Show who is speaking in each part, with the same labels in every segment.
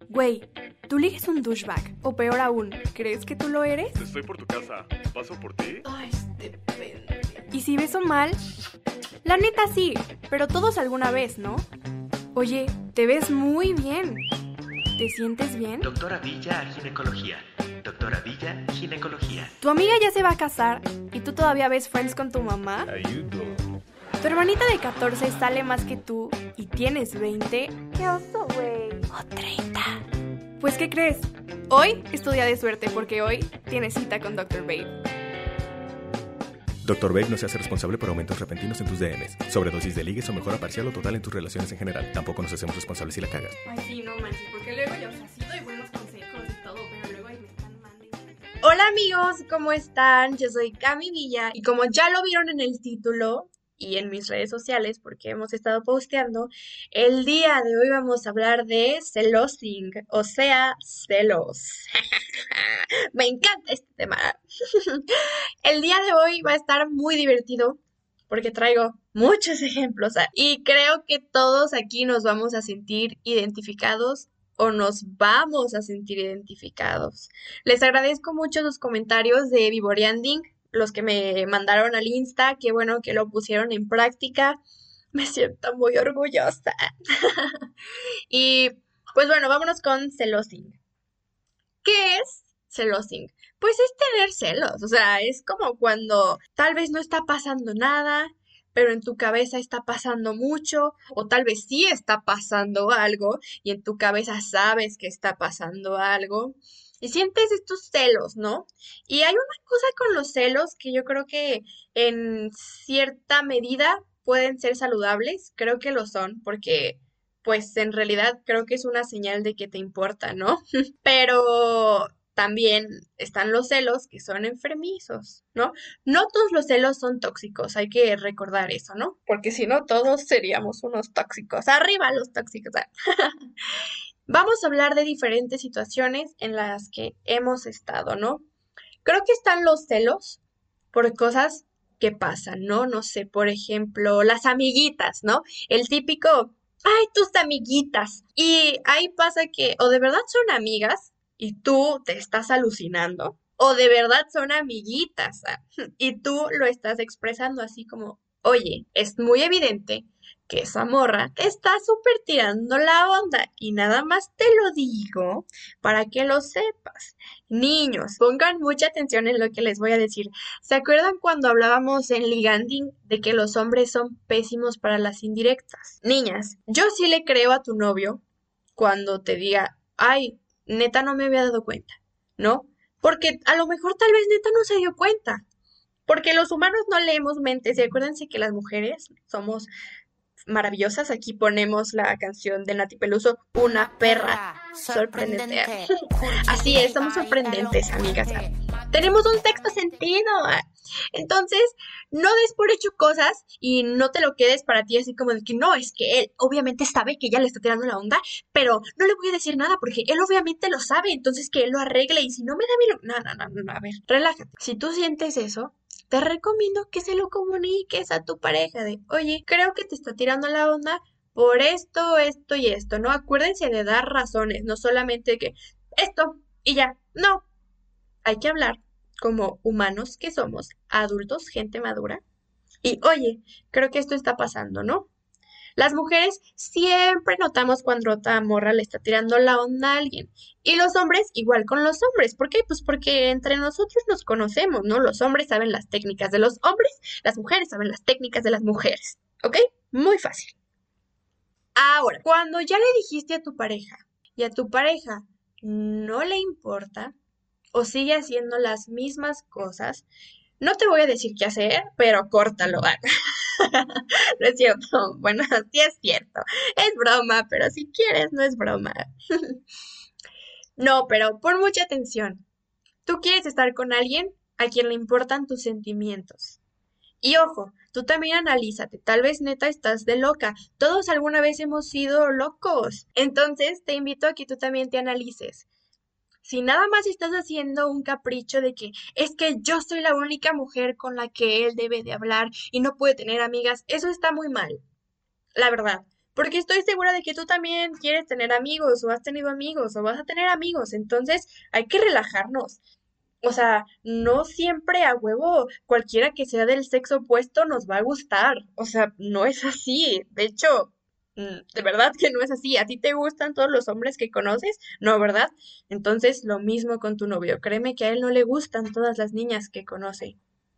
Speaker 1: Güey, tú eliges un douchebag. O peor aún, ¿crees que tú lo eres?
Speaker 2: Estoy por tu casa. ¿Paso por ti?
Speaker 3: Ay, depende.
Speaker 1: ¿Y si beso mal? La neta sí, pero todos alguna vez, ¿no? Oye, te ves muy bien. ¿Te sientes bien?
Speaker 4: Doctora Villa, ginecología. Doctora Villa, ginecología.
Speaker 1: Tu amiga ya se va a casar y tú todavía ves Friends con tu mamá.
Speaker 2: Ayudo.
Speaker 1: Tu hermanita de 14 sale más que tú y tienes 20. ¡Qué oso, güey! O 30. Pues, ¿qué crees? Hoy es tu día de suerte porque hoy tienes cita con Dr. Babe.
Speaker 5: Dr. Babe no se hace responsable por aumentos repentinos en tus DMs, sobredosis de ligues o mejora parcial o total en tus relaciones en general. Tampoco nos hacemos responsables si la cagas.
Speaker 1: Ay, sí, no manches, porque luego yo, sí doy buenos consejos y todo, pero luego ahí me están mandando.
Speaker 3: Hola amigos, ¿cómo están? Yo soy Cami Villa y como ya lo vieron en el título y en mis redes sociales porque hemos estado posteando, el día de hoy vamos a hablar de celosing, o sea, celos. Me encanta este tema. El día de hoy va a estar muy divertido porque traigo muchos ejemplos y creo que todos aquí nos vamos a sentir identificados o nos vamos a sentir identificados. Les agradezco mucho sus comentarios de Vivoreanding, los que me mandaron al Insta, qué bueno que lo pusieron en práctica. Me siento muy orgullosa. Y pues bueno, vámonos con celosing. ¿Qué es celosing? Pues es tener celos, o sea, es como cuando tal vez no está pasando nada, pero en tu cabeza está pasando mucho, o tal vez sí está pasando algo, y en tu cabeza sabes que está pasando algo, y sientes estos celos, ¿no? Y hay una cosa con los celos que yo creo que en cierta medida pueden ser saludables, creo que lo son, porque pues en realidad creo que es una señal de que te importa, ¿no? Pero también están los celos que son enfermizos, ¿no? No todos los celos son tóxicos, hay que recordar eso, ¿no? Porque si no, todos seríamos unos tóxicos. ¡Arriba los tóxicos! Vamos a hablar de diferentes situaciones en las que hemos estado, ¿no? Creo que están los celos por cosas que pasan, ¿no? No sé, por ejemplo, las amiguitas, ¿no? El típico, ¡ay, tus amiguitas! Y ahí pasa que o de verdad son amigas y tú te estás alucinando, o de verdad son amiguitas y tú lo estás expresando así como, oye, es muy evidente que esa morra te está súper tirando la onda y nada más te lo digo para que lo sepas. Niños, pongan mucha atención en lo que les voy a decir. ¿Se acuerdan cuando hablábamos en Liganding de que los hombres son pésimos para las indirectas? Niñas, yo sí le creo a tu novio cuando te diga, ay, neta no me había dado cuenta, ¿no? Porque a lo mejor tal vez neta no se dio cuenta. Porque los humanos no leemos mentes y acuérdense que las mujeres somos maravillosas. Aquí ponemos la canción de Nati Peluso, una perra sorprendente. Así es, somos sorprendentes, amigas. Tenemos un sexto sentido. Entonces, no des por hecho cosas y no te lo quedes para ti así como de que no, es que él obviamente sabe que ella le está tirando la onda, pero no le voy a decir nada porque él obviamente lo sabe, entonces que él lo arregle y si no me da mi... No, a ver, relájate. Si tú sientes eso, te recomiendo que se lo comuniques a tu pareja de, oye, creo que te está tirando la onda por esto, esto y esto, ¿no? Acuérdense de dar razones, no solamente que esto y ya, no. Hay que hablar como humanos que somos, adultos, gente madura. Y, oye, creo que esto está pasando, ¿no? Las mujeres siempre notamos cuando otra morra le está tirando la onda a alguien. Y los hombres, igual con los hombres. ¿Por qué? Pues porque entre nosotros nos conocemos, ¿no? Los hombres saben las técnicas de los hombres, las mujeres saben las técnicas de las mujeres. ¿Ok? Muy fácil. Ahora, cuando ya le dijiste a tu pareja y a tu pareja no le importa o sigue haciendo las mismas cosas, no te voy a decir qué hacer, pero córtalo. No es cierto. Bueno, sí es cierto. Es broma, pero si quieres, no es broma. No, pero pon mucha atención. Tú quieres estar con alguien a quien le importan tus sentimientos. Y ojo, tú también analízate. Tal vez neta estás de loca. Todos alguna vez hemos sido locos. Entonces, te invito a que tú también te analices. Si nada más estás haciendo un capricho de que es que yo soy la única mujer con la que él debe de hablar y no puede tener amigas, eso está muy mal, la verdad. porque estoy segura de que tú también quieres tener amigos o has tenido amigos o vas a tener amigos, entonces hay que relajarnos. O sea, no siempre a huevo cualquiera que sea del sexo opuesto nos va a gustar. O sea, no es así. De hecho, de verdad que no es así. ¿A ti te gustan todos los hombres que conoces? No, ¿verdad? Entonces, lo mismo con tu novio. Créeme que a él no le gustan todas las niñas que conoce.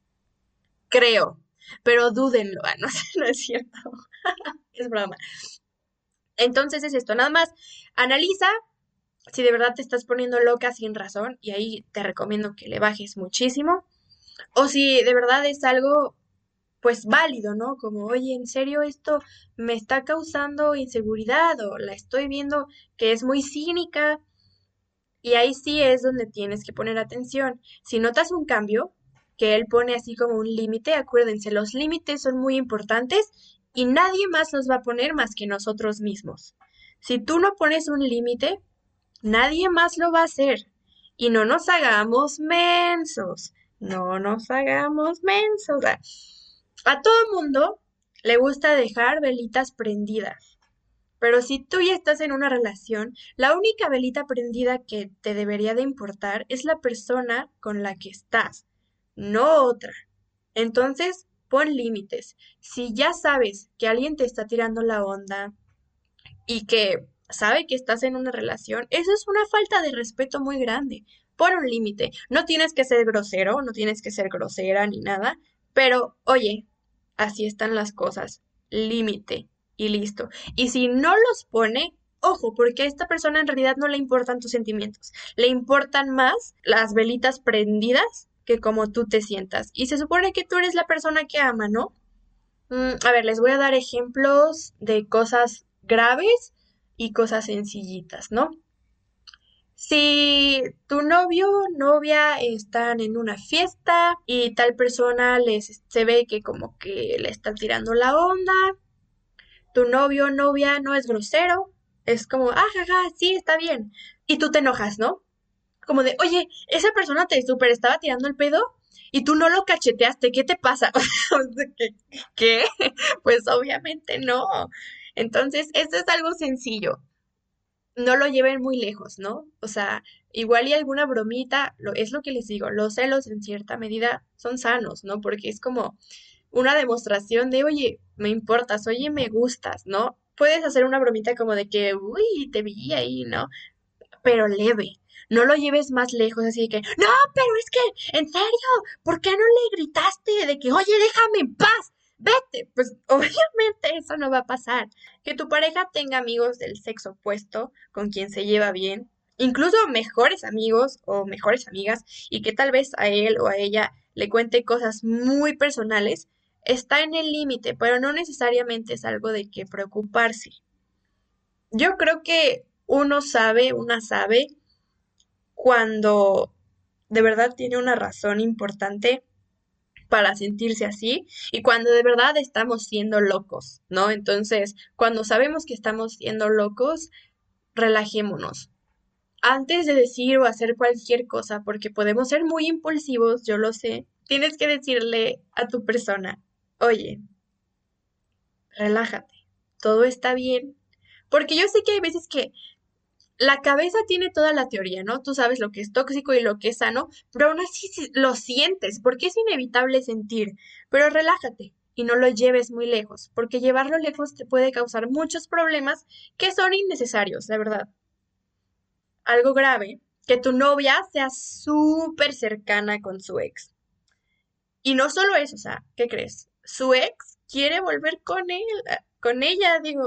Speaker 3: Creo. Pero dúdenlo. Ah, no, no es cierto. Es broma. Entonces es esto, nada más analiza si de verdad te estás poniendo loca sin razón y ahí te recomiendo que le bajes muchísimo. O si de verdad es algo pues válido, ¿no? Como, oye, en serio esto me está causando inseguridad o la estoy viendo que es muy cínica y ahí sí es donde tienes que poner atención. Si notas un cambio, que él pone así como un límite, acuérdense, los límites son muy importantes y nadie más los va a poner más que nosotros mismos. Si tú no pones un límite, nadie más lo va a hacer. Y no nos hagamos mensos. No nos hagamos mensos. A todo mundo le gusta dejar velitas prendidas. Pero si tú ya estás en una relación, la única velita prendida que te debería de importar es la persona con la que estás, no otra. Entonces, pon límites. Si ya sabes que alguien te está tirando la onda, y que sabe que estás en una relación, eso es una falta de respeto muy grande. Pon un límite. No tienes que ser grosero, no tienes que ser grosera ni nada, pero oye, así están las cosas. Límite y listo. Y si no los pone, ojo, porque a esta persona en realidad no le importan tus sentimientos. Le importan más las velitas prendidas que como tú te sientas. Y se supone que tú eres la persona que ama, ¿no? A ver, les voy a dar ejemplos de cosas graves y cosas sencillitas, ¿no? Si tu novio o novia están en una fiesta y tal persona se ve que como que le está tirando la onda, tu novio o novia no es grosero, es como, ah, jaja, sí, está bien. Y tú te enojas, ¿no? Como de, oye, esa persona te súper estaba tirando el pedo y tú no lo cacheteaste, ¿qué te pasa? ¿Qué? ¿Qué? Pues obviamente no. Entonces, esto es algo sencillo. No lo lleven muy lejos, ¿no? O sea, igual y alguna bromita, es lo que les digo, los celos en cierta medida son sanos, ¿no? Porque es como una demostración de, oye, me importas, oye, me gustas, ¿no? Puedes hacer una bromita como de que, uy, te vi ahí, ¿no? Pero leve. No lo lleves más lejos, así de que, no, pero es que, en serio, ¿por qué no le gritaste de que, oye, déjame en paz? Vete. Pues obviamente eso no va a pasar. Que tu pareja tenga amigos del sexo opuesto con quien se lleva bien, incluso mejores amigos o mejores amigas, y que tal vez a él o a ella le cuente cosas muy personales, está en el límite, pero no necesariamente es algo de que preocuparse. Yo creo que uno sabe, una sabe cuando de verdad tiene una razón importante para sentirse así y cuando de verdad estamos siendo locos, ¿no? Entonces, cuando sabemos que estamos siendo locos, relajémonos. Antes de decir o hacer cualquier cosa, porque podemos ser muy impulsivos, yo lo sé, tienes que decirle a tu persona, oye, relájate, todo está bien. Porque yo sé que hay veces que la cabeza tiene toda la teoría, ¿no? Tú sabes lo que es tóxico y lo que es sano, pero aún así lo sientes, porque es inevitable sentir. Pero relájate y no lo lleves muy lejos, porque llevarlo lejos te puede causar muchos problemas que son innecesarios, la verdad. Algo grave, que tu novia sea súper cercana con su ex. Y no solo eso, o sea, ¿qué crees? Su ex quiere volver con él, con ella, digo,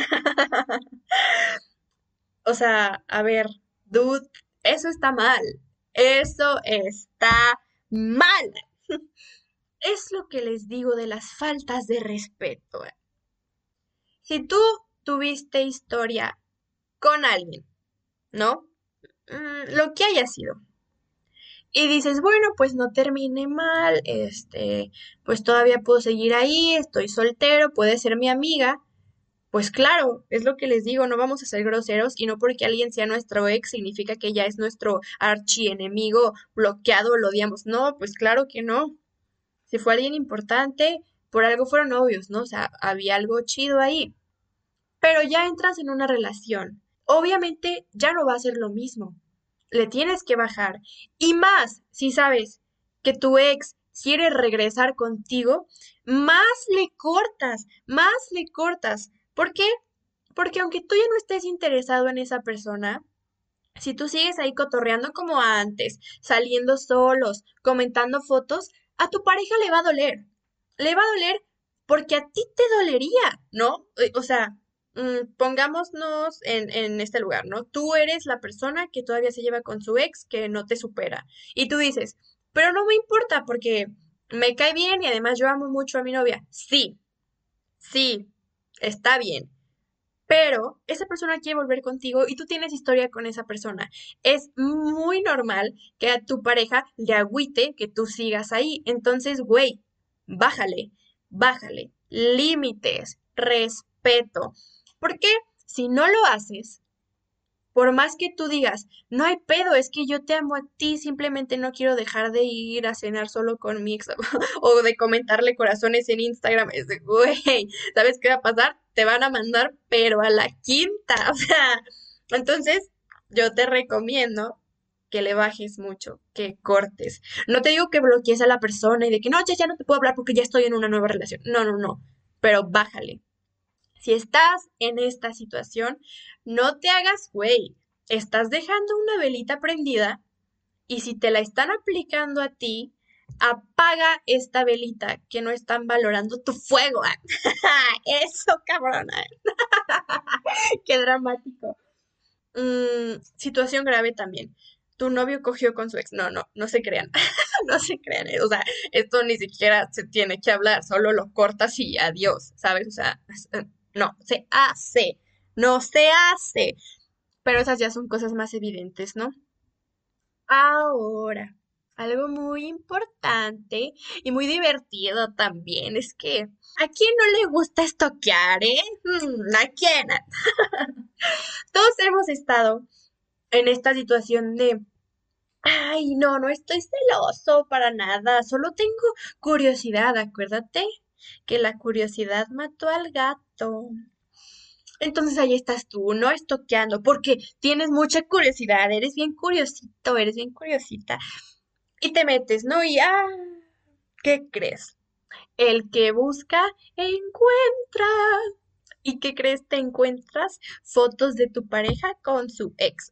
Speaker 3: o sea, a ver, dude, eso está mal. Eso está mal. Es lo que les digo de las faltas de respeto. Si tú tuviste historia con alguien, ¿no? Lo que haya sido. Y dices, bueno, pues no termine mal, pues todavía puedo seguir ahí, estoy soltero, puede ser mi amiga. Pues claro, es lo que les digo, no vamos a ser groseros y no porque alguien sea nuestro ex significa que ya es nuestro archienemigo bloqueado, lo odiamos. No, pues claro que no. Si fue alguien importante, por algo fueron novios, ¿no? O sea, había algo chido ahí. pero ya entras en una relación. Obviamente ya no va a ser lo mismo. Le tienes que bajar. Y más, si sabes que tu ex quiere regresar contigo, más le cortas, más le cortas. ¿Por qué? Porque aunque tú ya no estés interesado en esa persona, si tú sigues ahí cotorreando como antes, saliendo solos, comentando fotos, a tu pareja le va a doler. Le va a doler porque a ti te dolería, ¿no? O sea, pongámonos en este lugar, ¿no? Tú eres la persona que todavía se lleva con su ex, que no te supera. Y tú dices, pero no me importa porque me cae bien y además yo amo mucho a mi novia. Sí, sí, está bien. Pero esa persona quiere volver contigo y tú tienes historia con esa persona. Es muy normal que a tu pareja le agüite que tú sigas ahí. Entonces, güey, bájale, bájale. Límites, respeto. Porque si no lo haces, por más que tú digas, no hay pedo, es que yo te amo a ti, simplemente no quiero dejar de ir a cenar solo con mi ex o de comentarle corazones en Instagram. Es de, güey, ¿sabes qué va a pasar? Te van a mandar, pero a la quinta. O sea, entonces yo te recomiendo que le bajes mucho, que cortes. No te digo que bloquees a la persona y de que no, ya no te puedo hablar porque ya estoy en una nueva relación. No, no, no, pero bájale. Si estás en esta situación, no te hagas güey. Estás dejando una velita prendida y si te la están aplicando a ti, apaga esta velita que no están valorando tu fuego. Eso, cabrona. Qué dramático. Situación grave también. Tu novio cogió con su ex. No, no, no se crean. No se crean. O sea, esto ni siquiera se tiene que hablar. Solo lo cortas y adiós, ¿sabes? O sea, no, se hace. No se hace. Pero esas ya son cosas más evidentes, ¿no? Ahora, algo muy importante y muy divertido también es que ¿a quién no le gusta estoquear, eh? ¿A quién? Todos hemos estado en esta situación de, ay, no, no estoy celoso para nada, solo tengo curiosidad, acuérdate que la curiosidad mató al gato. Entonces ahí estás tú, ¿no? Estoqueando, porque tienes mucha curiosidad, eres bien curiosito, eres bien curiosita. Y te metes, ¿no? Y, ¿qué crees? El que busca, encuentra. ¿Y qué crees? Te encuentras fotos de tu pareja con su ex.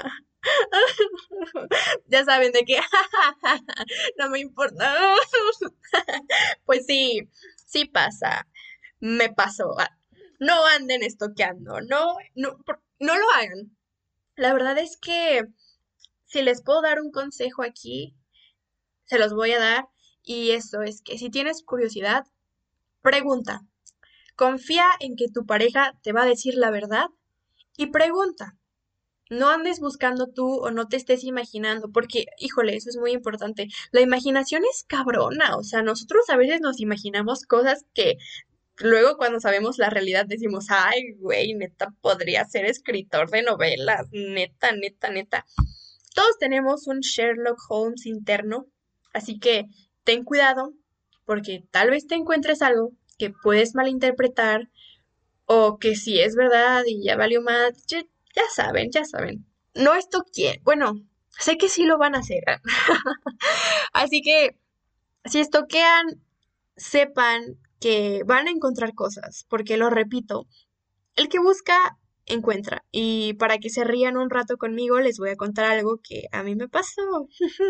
Speaker 3: Ya saben de qué. No me importa. Pues sí, sí pasa. Me pasó. No anden estoqueando, no, no, no lo hagan. La verdad es que si les puedo dar un consejo aquí, se los voy a dar. Y eso es que si tienes curiosidad, pregunta. Confía en que tu pareja te va a decir la verdad y pregunta. No andes buscando tú o no te estés imaginando, porque, híjole, eso es muy importante. La imaginación es cabrona, o sea, nosotros a veces nos imaginamos cosas que luego cuando sabemos la realidad decimos, ay, güey, neta, podría ser escritor de novelas, neta, neta, neta. Todos tenemos un Sherlock Holmes interno, así que ten cuidado, porque tal vez te encuentres algo que puedes malinterpretar o que si es verdad y ya valió más, ya saben, ya saben. No esto quién, bueno, sé que sí lo van a hacer. Así que si estoquean, sepan que van a encontrar cosas, porque lo repito, el que busca, encuentra. Y para que se rían un rato conmigo, les voy a contar algo que a mí me pasó.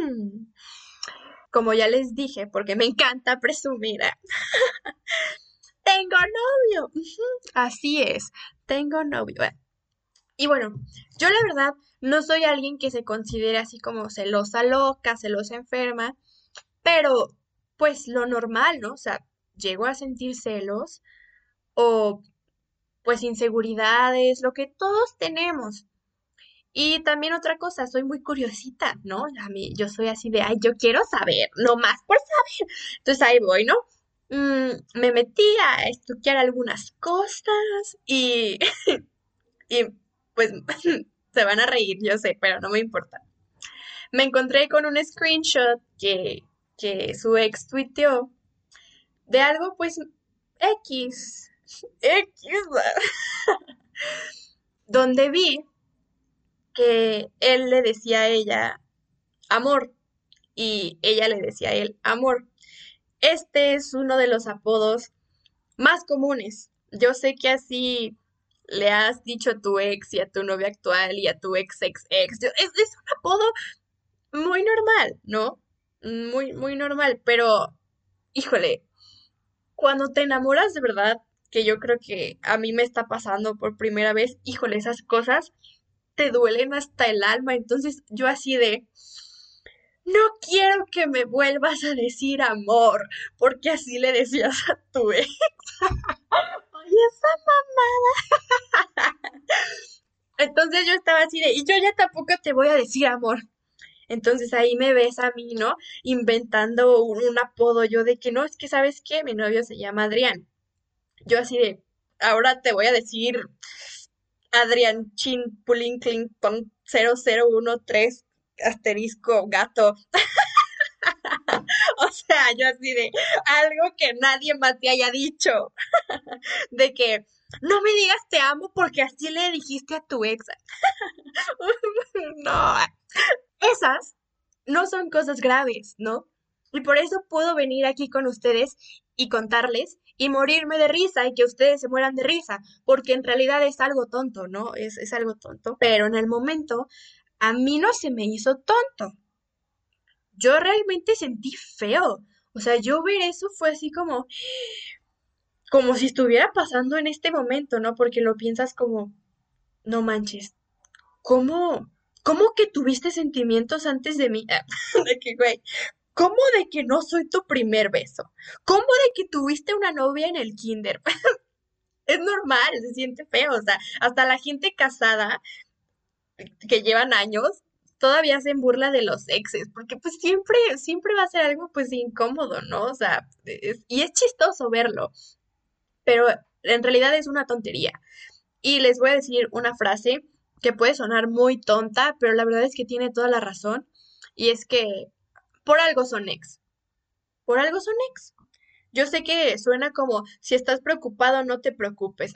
Speaker 3: Como ya les dije, porque me encanta presumir. Tengo novio. Así es, tengo novio. Y bueno, yo la verdad no soy alguien que se considere así como celosa loca, celosa enferma, pero pues lo normal, ¿no? O sea, llego a sentir celos o pues inseguridades, lo que todos tenemos. Y también otra cosa, soy muy curiosita, ¿no? Yo soy así de, ay, yo quiero saber, no más por saber. Entonces ahí voy, ¿no? Me metí a estudiar algunas cosas y, y pues se van a reír, yo sé, pero no me importa. Me encontré con un screenshot que su ex tuiteó de algo pues X, X, donde vi que él le decía a ella amor y ella le decía a él amor. Este es uno de los apodos más comunes. Yo sé que así le has dicho a tu ex y a tu novia actual y a tu ex. Es un apodo muy normal, ¿no? Muy normal, pero híjole, cuando te enamoras de verdad, que yo creo que a mí me está pasando por primera vez, híjole, esas cosas te duelen hasta el alma. Entonces yo así de, no quiero que me vuelvas a decir amor, porque así le decías a tu ex. Oye, esa mamada. Entonces yo estaba así de, y yo ya tampoco te voy a decir amor. Entonces ahí me ves a mí, ¿no? Inventando un apodo yo de que no, es que ¿sabes qué? Mi novio se llama Adrián. Yo así de, ahora te voy a decir Adrián Chin Pulín Clink Pong 0013 asterisco gato. O sea, yo así de algo que nadie más te haya dicho. De que no me digas te amo porque así le dijiste a tu ex. No, esas no son cosas graves, ¿no? Y por eso puedo venir aquí con ustedes y contarles y morirme de risa y que ustedes se mueran de risa, porque en realidad es algo tonto, ¿no? Es algo tonto, pero en el momento a mí no se me hizo tonto. Yo realmente sentí feo. O sea, yo ver eso fue así como si estuviera pasando en este momento, ¿no? Porque lo piensas como, no manches, ¿cómo, cómo que tuviste sentimientos antes de mí? De que, güey, ¿cómo de que no soy tu primer beso? ¿Cómo de que tuviste una novia en el kinder? Es normal, se siente feo, o sea, hasta la gente casada que llevan años todavía hacen burla de los exes, porque pues siempre va a ser algo pues incómodo, ¿no? O sea, y es chistoso verlo, pero en realidad es una tontería. Y les voy a decir una frase que puede sonar muy tonta, pero la verdad es que tiene toda la razón, y es que por algo son ex, por algo son ex. Yo sé que suena como si estás preocupado, no te preocupes,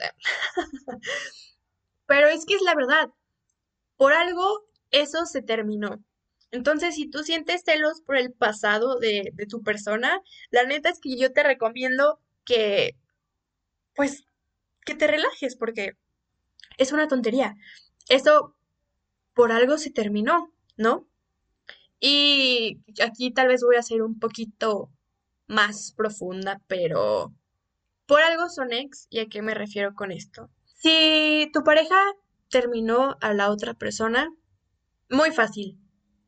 Speaker 3: pero es que es la verdad. Por algo eso se terminó. Entonces, si tú sientes celos por el pasado de tu persona, la neta es que yo te recomiendo que, pues, que te relajes, porque es una tontería. Eso por algo se terminó, ¿no? Y aquí tal vez voy a ser un poquito más profunda, pero por algo son ex, ¿y a qué me refiero con esto? Si tu pareja terminó a la otra persona, muy fácil.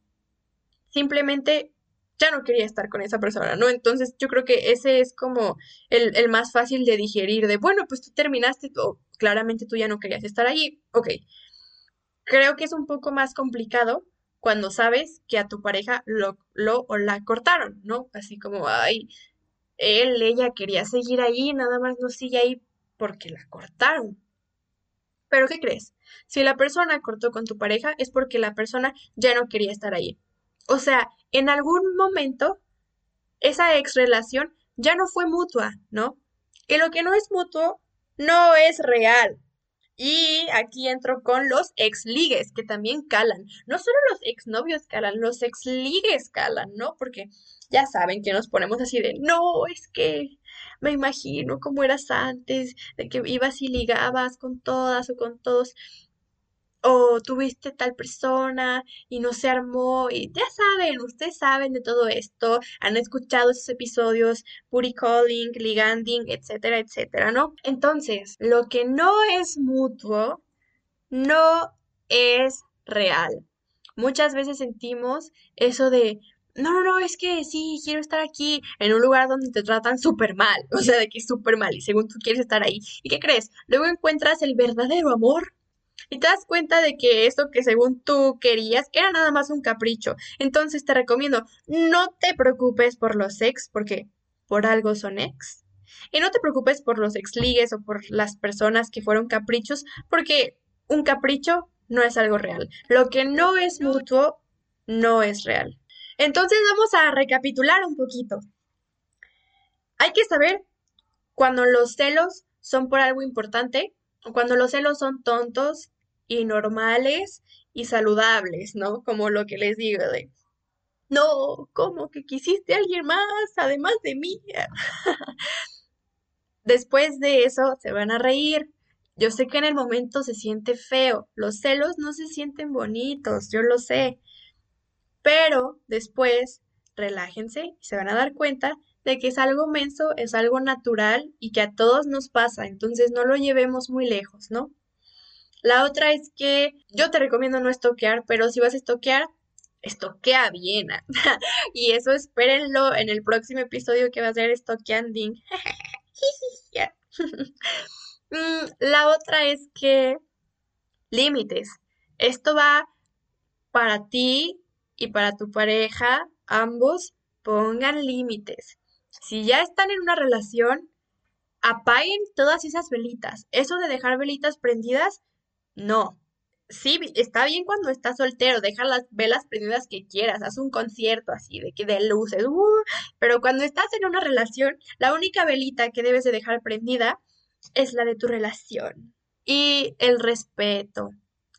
Speaker 3: Simplemente ya no quería estar con esa persona, ¿no? Entonces yo creo que ese es como el más fácil de digerir, de, bueno, pues tú terminaste, o claramente tú ya no querías estar allí, ok. Creo que es un poco más complicado cuando sabes que a tu pareja lo o la cortaron, ¿no? Así como, ay, ella quería seguir ahí, nada más no sigue ahí porque la cortaron. Pero ¿qué crees? Si la persona cortó con tu pareja es porque la persona ya no quería estar ahí. O sea, en algún momento esa ex relación ya no fue mutua, ¿no? Y lo que no es mutuo no es real. Y aquí entro con los ex ligues, que también calan. No solo los ex novios calan, los ex ligues calan, ¿no? Porque ya saben que nos ponemos así de, no, es que me imagino cómo eras antes, de que ibas y ligabas con todas o con todos o tuviste tal persona y no se armó y ya saben, ustedes saben de todo esto, han escuchado esos episodios, booty calling, liganding, etcétera, etcétera, ¿no? Entonces, lo que no es mutuo no es real. Muchas veces sentimos eso de, no, es que sí, quiero estar aquí en un lugar donde te tratan súper mal, o sea, de que es súper mal y según tú quieres estar ahí. ¿Y qué crees? Luego encuentras el verdadero amor y te das cuenta de que eso que según tú querías era nada más un capricho. Entonces te recomiendo, no te preocupes por los ex, porque por algo son ex. Y no te preocupes por los ex ligues o por las personas que fueron caprichos, porque un capricho no es algo real. Lo que no es mutuo no es real. Entonces vamos a recapitular un poquito. Hay que saber cuando los celos son por algo importante o cuando los celos son tontos y normales y saludables, ¿no? Como lo que les digo de, no, ¿cómo que quisiste a alguien más además de mí? Después de eso se van a reír. Yo sé que en el momento se siente feo, los celos no se sienten bonitos, yo lo sé, pero después relájense y se van a dar cuenta de que es algo menso, es algo natural y que a todos nos pasa, entonces no lo llevemos muy lejos, ¿no? La otra es que yo te recomiendo no estoquear, pero si vas a estoquear, estoquea bien. Y eso espérenlo en el próximo episodio que va a ser estoqueanding. Ya. La otra es que límites. Esto va para ti y para tu pareja, ambos pongan límites. Si ya están en una relación, apaguen todas esas velitas. Eso de dejar velitas prendidas, no. Sí, está bien cuando estás soltero, deja las velas prendidas que quieras, haz un concierto así de luces, pero cuando estás en una relación, la única velita que debes de dejar prendida es la de tu relación. Y el respeto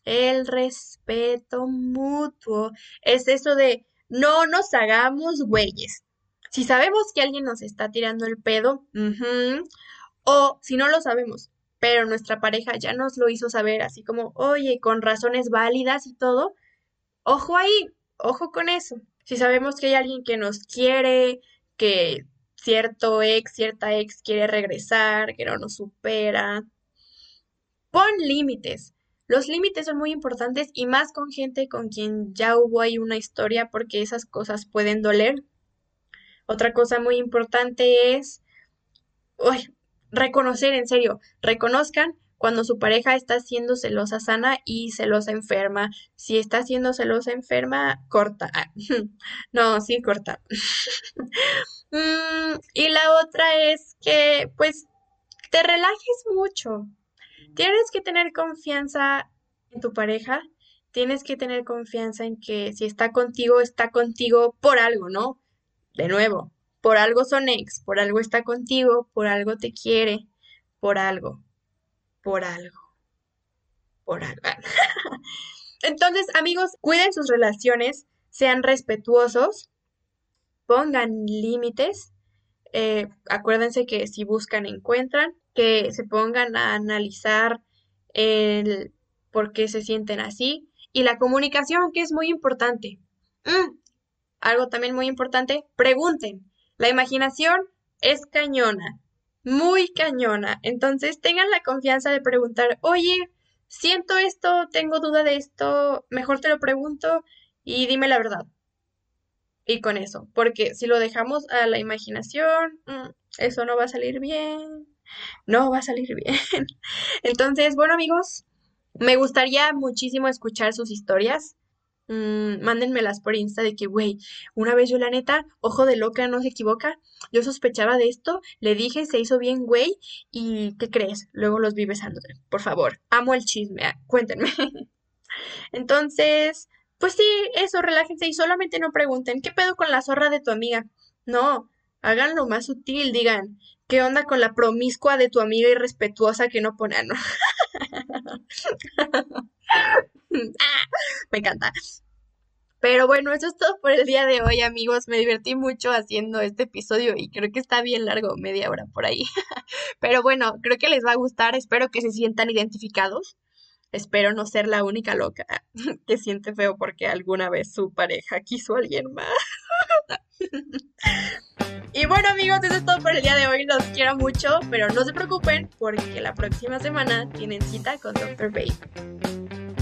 Speaker 3: mutuo, es eso de no nos hagamos güeyes. Si sabemos que alguien nos está tirando el pedo, o si no lo sabemos, pero nuestra pareja ya nos lo hizo saber, así como, oye, con razones válidas y todo, ojo ahí, ojo con eso. Si sabemos que hay alguien que nos quiere, que cierta ex quiere regresar, que no nos supera, pon límites. Los límites son muy importantes y más con gente con quien ya hubo ahí una historia porque esas cosas pueden doler. Otra cosa muy importante es reconocer, en serio, reconozcan cuando su pareja está siendo celosa sana y celosa enferma. Si está siendo celosa enferma, corta. No, sí, corta. Y la otra es que, pues, te relajes mucho. Tienes que tener confianza en tu pareja. Tienes que tener confianza en que si está contigo por algo, ¿no? De nuevo, por algo son ex, por algo está contigo, por algo te quiere, por algo. Entonces, amigos, cuiden sus relaciones, sean respetuosos, pongan límites. Acuérdense que si buscan, encuentran, que se pongan a analizar el por qué se sienten así y la comunicación, que es muy importante. Algo también muy importante, pregunten. La imaginación es cañona, muy cañona. Entonces tengan la confianza de preguntar, oye, siento esto, tengo duda de esto, mejor te lo pregunto y dime la verdad. Y con eso, porque si lo dejamos a la imaginación, eso no va a salir bien, no va a salir bien. Entonces, bueno amigos, me gustaría muchísimo escuchar sus historias. Mándenmelas por Insta de que, güey, una vez yo la neta, ojo de loca, no se equivoca, yo sospechaba de esto, le dije, se hizo bien, güey, y ¿qué crees? Luego los vi besándote, por favor, amo el chisme, cuéntenme. Entonces, pues sí, eso, relájense y solamente no pregunten, ¿qué pedo con la zorra de tu amiga? No, háganlo más sutil, digan, ¿qué onda con la promiscua de tu amiga irrespetuosa que no pone? No. Me encanta. Pero bueno, eso es todo por el día de hoy, amigos. Me divertí mucho haciendo este episodio y creo que está bien largo, media hora por ahí. Pero bueno, creo que les va a gustar. Espero que se sientan identificados. Espero no ser la única loca que siente feo porque alguna vez su pareja quiso a alguien más. Y bueno amigos, eso es todo por el día de hoy, los quiero mucho, pero no se preocupen porque la próxima semana tienen cita con Dr. Babe.